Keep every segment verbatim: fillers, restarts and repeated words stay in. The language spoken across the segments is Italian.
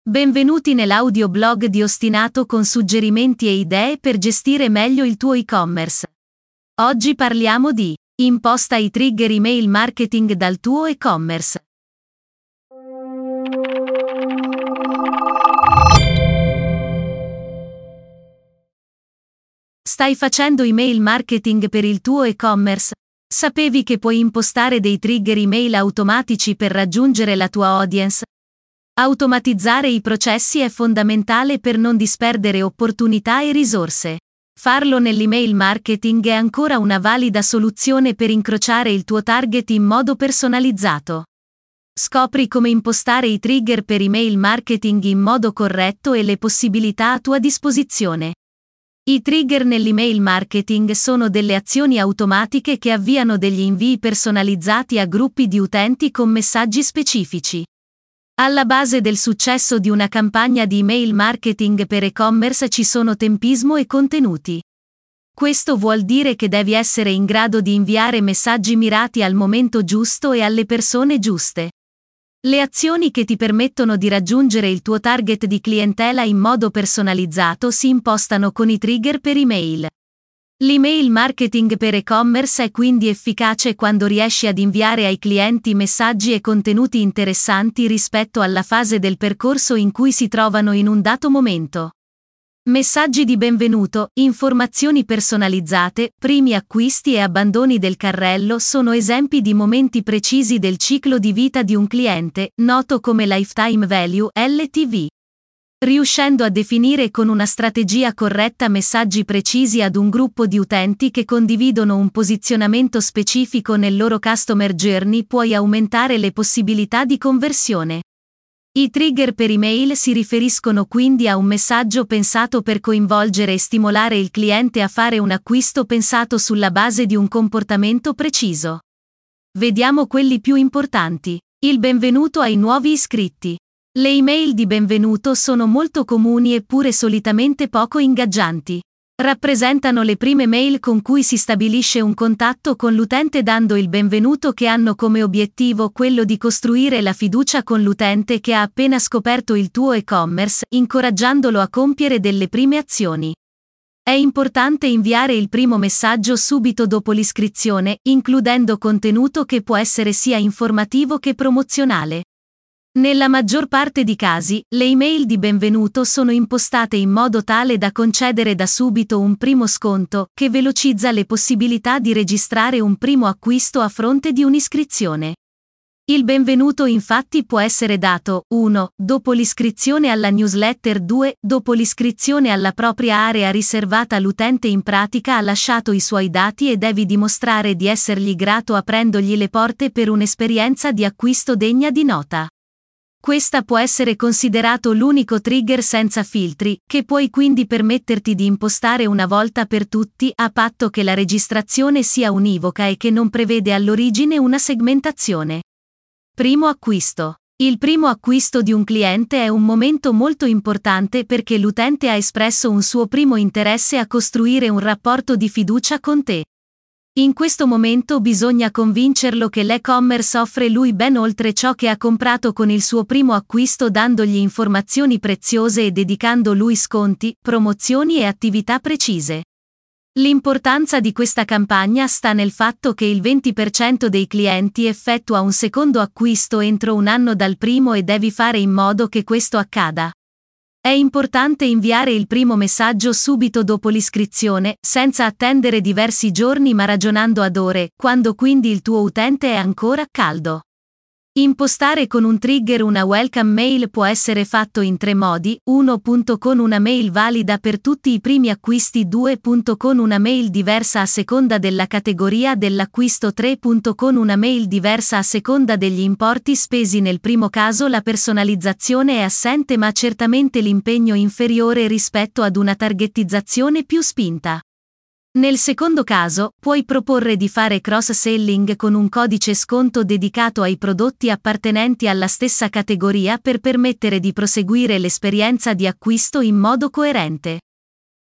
Benvenuti nell'audioblog di Ostinato con suggerimenti e idee per gestire meglio il tuo e-commerce. Oggi parliamo di imposta i trigger email marketing dal tuo e-commerce. Stai facendo email marketing per il tuo e-commerce? Sapevi che puoi impostare dei trigger email automatici per raggiungere la tua audience? Automatizzare i processi è fondamentale per non disperdere opportunità e risorse. Farlo nell'email marketing è ancora una valida soluzione per incrociare il tuo target in modo personalizzato. Scopri come impostare i trigger per email marketing in modo corretto e le possibilità a tua disposizione. I trigger nell'email marketing sono delle azioni automatiche che avviano degli invii personalizzati a gruppi di utenti con messaggi specifici. Alla base del successo di una campagna di email marketing per e-commerce ci sono tempismo e contenuti. Questo vuol dire che devi essere in grado di inviare messaggi mirati al momento giusto e alle persone giuste. Le azioni che ti permettono di raggiungere il tuo target di clientela in modo personalizzato si impostano con i trigger per email. L'email marketing per e-commerce è quindi efficace quando riesci ad inviare ai clienti messaggi e contenuti interessanti rispetto alla fase del percorso in cui si trovano in un dato momento. Messaggi di benvenuto, informazioni personalizzate, primi acquisti e abbandoni del carrello sono esempi di momenti precisi del ciclo di vita di un cliente, noto come Lifetime Value L T V. Riuscendo a definire con una strategia corretta messaggi precisi ad un gruppo di utenti che condividono un posizionamento specifico nel loro customer journey, puoi aumentare le possibilità di conversione. I trigger per email si riferiscono quindi a un messaggio pensato per coinvolgere e stimolare il cliente a fare un acquisto pensato sulla base di un comportamento preciso. Vediamo quelli più importanti. Il benvenuto ai nuovi iscritti. Le email di benvenuto sono molto comuni eppure solitamente poco ingaggianti. Rappresentano le prime mail con cui si stabilisce un contatto con l'utente, dando il benvenuto, che hanno come obiettivo quello di costruire la fiducia con l'utente che ha appena scoperto il tuo e-commerce, incoraggiandolo a compiere delle prime azioni. È importante inviare il primo messaggio subito dopo l'iscrizione, includendo contenuto che può essere sia informativo che promozionale. Nella maggior parte di casi, le email di benvenuto sono impostate in modo tale da concedere da subito un primo sconto, che velocizza le possibilità di registrare un primo acquisto a fronte di un'iscrizione. Il benvenuto infatti può essere dato uno dopo l'iscrizione alla newsletter, due dopo l'iscrizione alla propria area riservata all'utente. In pratica ha lasciato i suoi dati e devi dimostrare di essergli grato aprendogli le porte per un'esperienza di acquisto degna di nota. Questa può essere considerato l'unico trigger senza filtri, che puoi quindi permetterti di impostare una volta per tutti, a patto che la registrazione sia univoca e che non prevede all'origine una segmentazione. Primo acquisto. Il primo acquisto di un cliente è un momento molto importante perché l'utente ha espresso un suo primo interesse a costruire un rapporto di fiducia con te. In questo momento bisogna convincerlo che l'e-commerce offre lui ben oltre ciò che ha comprato con il suo primo acquisto, dandogli informazioni preziose e dedicando lui sconti, promozioni e attività precise. L'importanza di questa campagna sta nel fatto che il venti per cento dei clienti effettua un secondo acquisto entro un anno dal primo e devi fare in modo che questo accada. È importante inviare il primo messaggio subito dopo l'iscrizione, senza attendere diversi giorni ma ragionando ad ore, quando quindi il tuo utente è ancora caldo. Impostare con un trigger una welcome mail può essere fatto in tre modi: uno Con una mail valida per tutti i primi acquisti, due Con una mail diversa a seconda della categoria dell'acquisto, tre Con una mail diversa a seconda degli importi spesi. Nel primo caso la personalizzazione è assente ma certamente l'impegno inferiore rispetto ad una targetizzazione più spinta. Nel secondo caso, puoi proporre di fare cross-selling con un codice sconto dedicato ai prodotti appartenenti alla stessa categoria per permettere di proseguire l'esperienza di acquisto in modo coerente.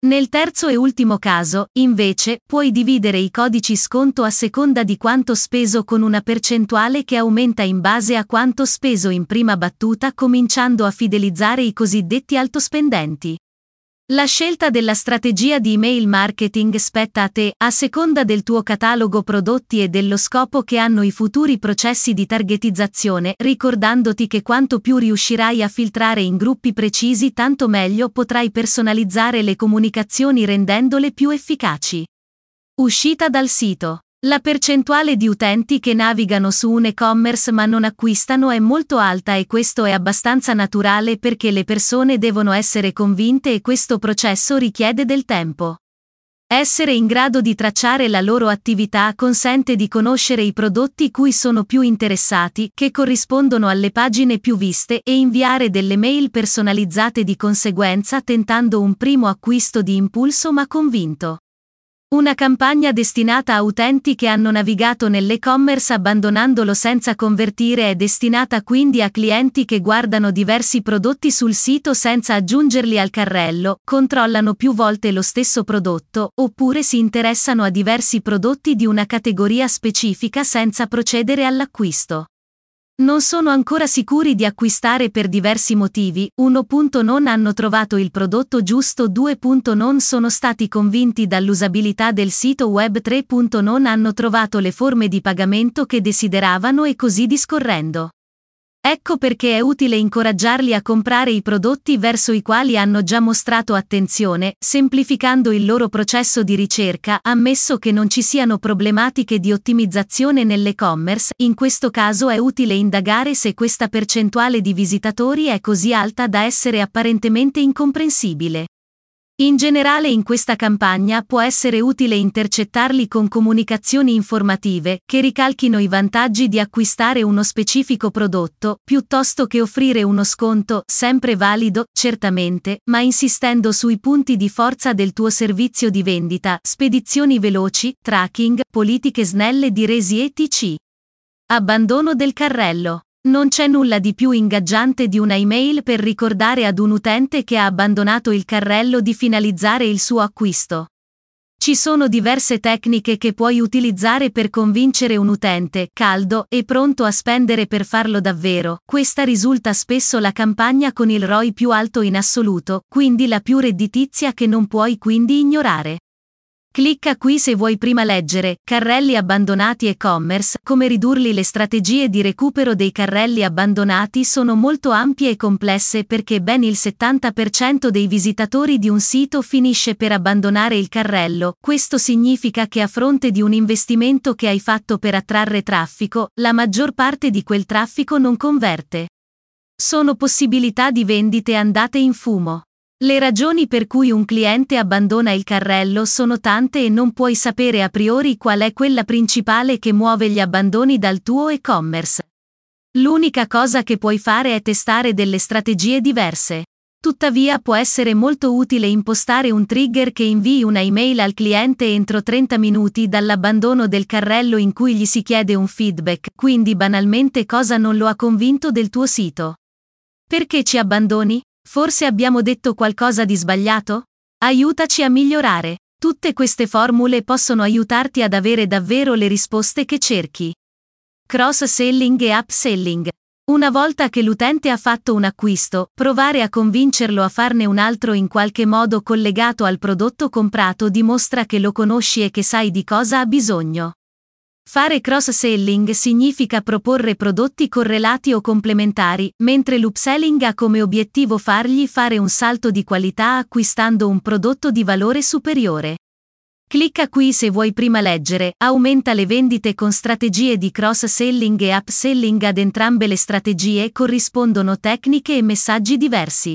Nel terzo e ultimo caso, invece, puoi dividere i codici sconto a seconda di quanto speso con una percentuale che aumenta in base a quanto speso in prima battuta, cominciando a fidelizzare i cosiddetti altospendenti. La scelta della strategia di email marketing spetta a te, a seconda del tuo catalogo prodotti e dello scopo che hanno i futuri processi di targetizzazione, ricordandoti che quanto più riuscirai a filtrare in gruppi precisi, tanto meglio potrai personalizzare le comunicazioni rendendole più efficaci. Uscita dal sito. La percentuale di utenti che navigano su un e-commerce ma non acquistano è molto alta e questo è abbastanza naturale perché le persone devono essere convinte e questo processo richiede del tempo. Essere in grado di tracciare la loro attività consente di conoscere i prodotti cui sono più interessati, che corrispondono alle pagine più viste, e inviare delle mail personalizzate di conseguenza tentando un primo acquisto di impulso ma convinto. Una campagna destinata a utenti che hanno navigato nell'e-commerce abbandonandolo senza convertire è destinata quindi a clienti che guardano diversi prodotti sul sito senza aggiungerli al carrello, controllano più volte lo stesso prodotto, oppure si interessano a diversi prodotti di una categoria specifica senza procedere all'acquisto. Non sono ancora sicuri di acquistare per diversi motivi: uno. Non hanno trovato il prodotto giusto. due. Non sono stati convinti dall'usabilità del sito web. tre. Non hanno trovato le forme di pagamento che desideravano e così discorrendo. Ecco perché è utile incoraggiarli a comprare i prodotti verso i quali hanno già mostrato attenzione, semplificando il loro processo di ricerca, ammesso che non ci siano problematiche di ottimizzazione nell'e-commerce. In questo caso è utile indagare se questa percentuale di visitatori è così alta da essere apparentemente incomprensibile. In generale in questa campagna può essere utile intercettarli con comunicazioni informative, che ricalchino i vantaggi di acquistare uno specifico prodotto, piuttosto che offrire uno sconto, sempre valido, certamente, ma insistendo sui punti di forza del tuo servizio di vendita: spedizioni veloci, tracking, politiche snelle di resi et cetera. Abbandono del carrello. Non c'è nulla di più ingaggiante di una email per ricordare ad un utente che ha abbandonato il carrello di finalizzare il suo acquisto. Ci sono diverse tecniche che puoi utilizzare per convincere un utente caldo e pronto a spendere per farlo davvero. Questa risulta spesso la campagna con il R O I più alto in assoluto, quindi la più redditizia che non puoi quindi ignorare. Clicca qui se vuoi prima leggere Carrelli abbandonati e-commerce, come ridurli. Le strategie di recupero dei carrelli abbandonati sono molto ampie e complesse perché ben il settanta per cento dei visitatori di un sito finisce per abbandonare il carrello. Questo significa che a fronte di un investimento che hai fatto per attrarre traffico, la maggior parte di quel traffico non converte. Sono possibilità di vendite andate in fumo. Le ragioni per cui un cliente abbandona il carrello sono tante e non puoi sapere a priori qual è quella principale che muove gli abbandoni dal tuo e-commerce. L'unica cosa che puoi fare è testare delle strategie diverse. Tuttavia può essere molto utile impostare un trigger che invii una email al cliente entro trenta minuti dall'abbandono del carrello in cui gli si chiede un feedback, quindi banalmente cosa non lo ha convinto del tuo sito. Perché ci abbandoni? Forse abbiamo detto qualcosa di sbagliato? Aiutaci a migliorare. Tutte queste formule possono aiutarti ad avere davvero le risposte che cerchi. Cross-selling e upselling. Una volta che l'utente ha fatto un acquisto, provare a convincerlo a farne un altro in qualche modo collegato al prodotto comprato dimostra che lo conosci e che sai di cosa ha bisogno. Fare cross-selling significa proporre prodotti correlati o complementari, mentre l'upselling ha come obiettivo fargli fare un salto di qualità acquistando un prodotto di valore superiore. Clicca qui se vuoi prima leggere Aumenta le vendite con strategie di cross-selling e upselling. Ad entrambe le strategie corrispondono tecniche e messaggi diversi.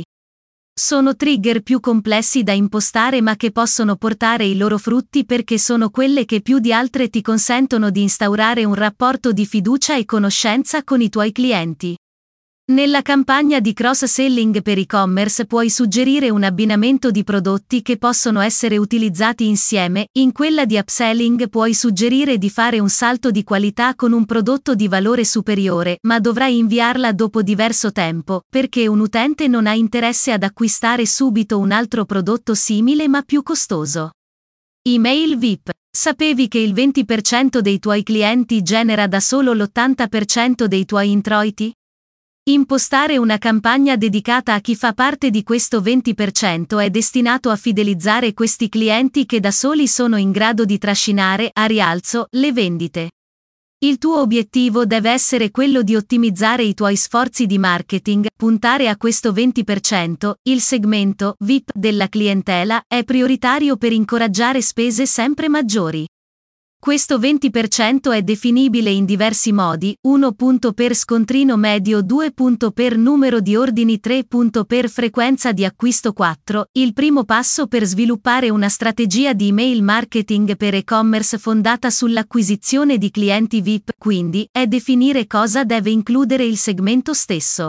Sono trigger più complessi da impostare ma che possono portare i loro frutti perché sono quelle che più di altre ti consentono di instaurare un rapporto di fiducia e conoscenza con i tuoi clienti. Nella campagna di cross-selling per e-commerce puoi suggerire un abbinamento di prodotti che possono essere utilizzati insieme, in quella di upselling puoi suggerire di fare un salto di qualità con un prodotto di valore superiore, ma dovrai inviarla dopo diverso tempo, perché un utente non ha interesse ad acquistare subito un altro prodotto simile ma più costoso. Email V I P. Sapevi che il venti per cento dei tuoi clienti genera da solo l'ottanta per cento dei tuoi introiti? Impostare una campagna dedicata a chi fa parte di questo venti per cento è destinato a fidelizzare questi clienti che da soli sono in grado di trascinare, a rialzo, le vendite. Il tuo obiettivo deve essere quello di ottimizzare i tuoi sforzi di marketing, puntare a questo venti per cento, il segmento V I P della clientela è prioritario per incoraggiare spese sempre maggiori. Questo venti per cento è definibile in diversi modi, uno per scontrino medio, due per numero di ordini, tre per frequenza di acquisto, quattro il primo passo per sviluppare una strategia di email marketing per e-commerce fondata sull'acquisizione di clienti V I P, quindi, è definire cosa deve includere il segmento stesso.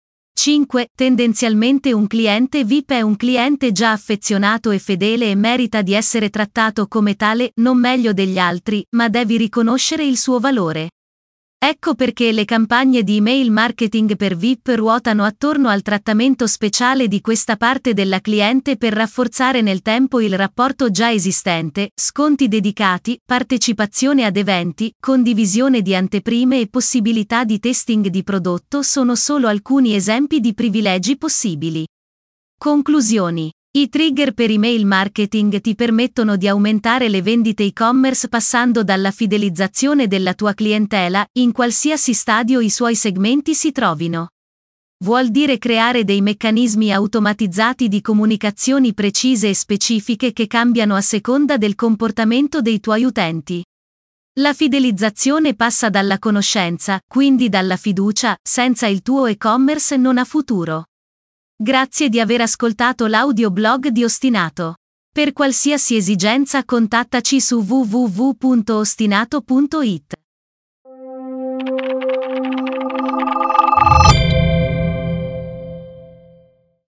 cinque Tendenzialmente un cliente V I P è un cliente già affezionato e fedele e merita di essere trattato come tale, non meglio degli altri, ma devi riconoscere il suo valore. Ecco perché le campagne di email marketing per V I P ruotano attorno al trattamento speciale di questa parte della cliente per rafforzare nel tempo il rapporto già esistente, sconti dedicati, partecipazione ad eventi, condivisione di anteprime e possibilità di testing di prodotto sono solo alcuni esempi di privilegi possibili. Conclusioni. I trigger per email marketing ti permettono di aumentare le vendite e-commerce passando dalla fidelizzazione della tua clientela, in qualsiasi stadio i suoi segmenti si trovino. Vuol dire creare dei meccanismi automatizzati di comunicazioni precise e specifiche che cambiano a seconda del comportamento dei tuoi utenti. La fidelizzazione passa dalla conoscenza, quindi dalla fiducia, senza il tuo e-commerce non ha futuro. Grazie di aver ascoltato l'audioblog di Ostinato. Per qualsiasi esigenza contattaci su w w w punto ostinato punto it.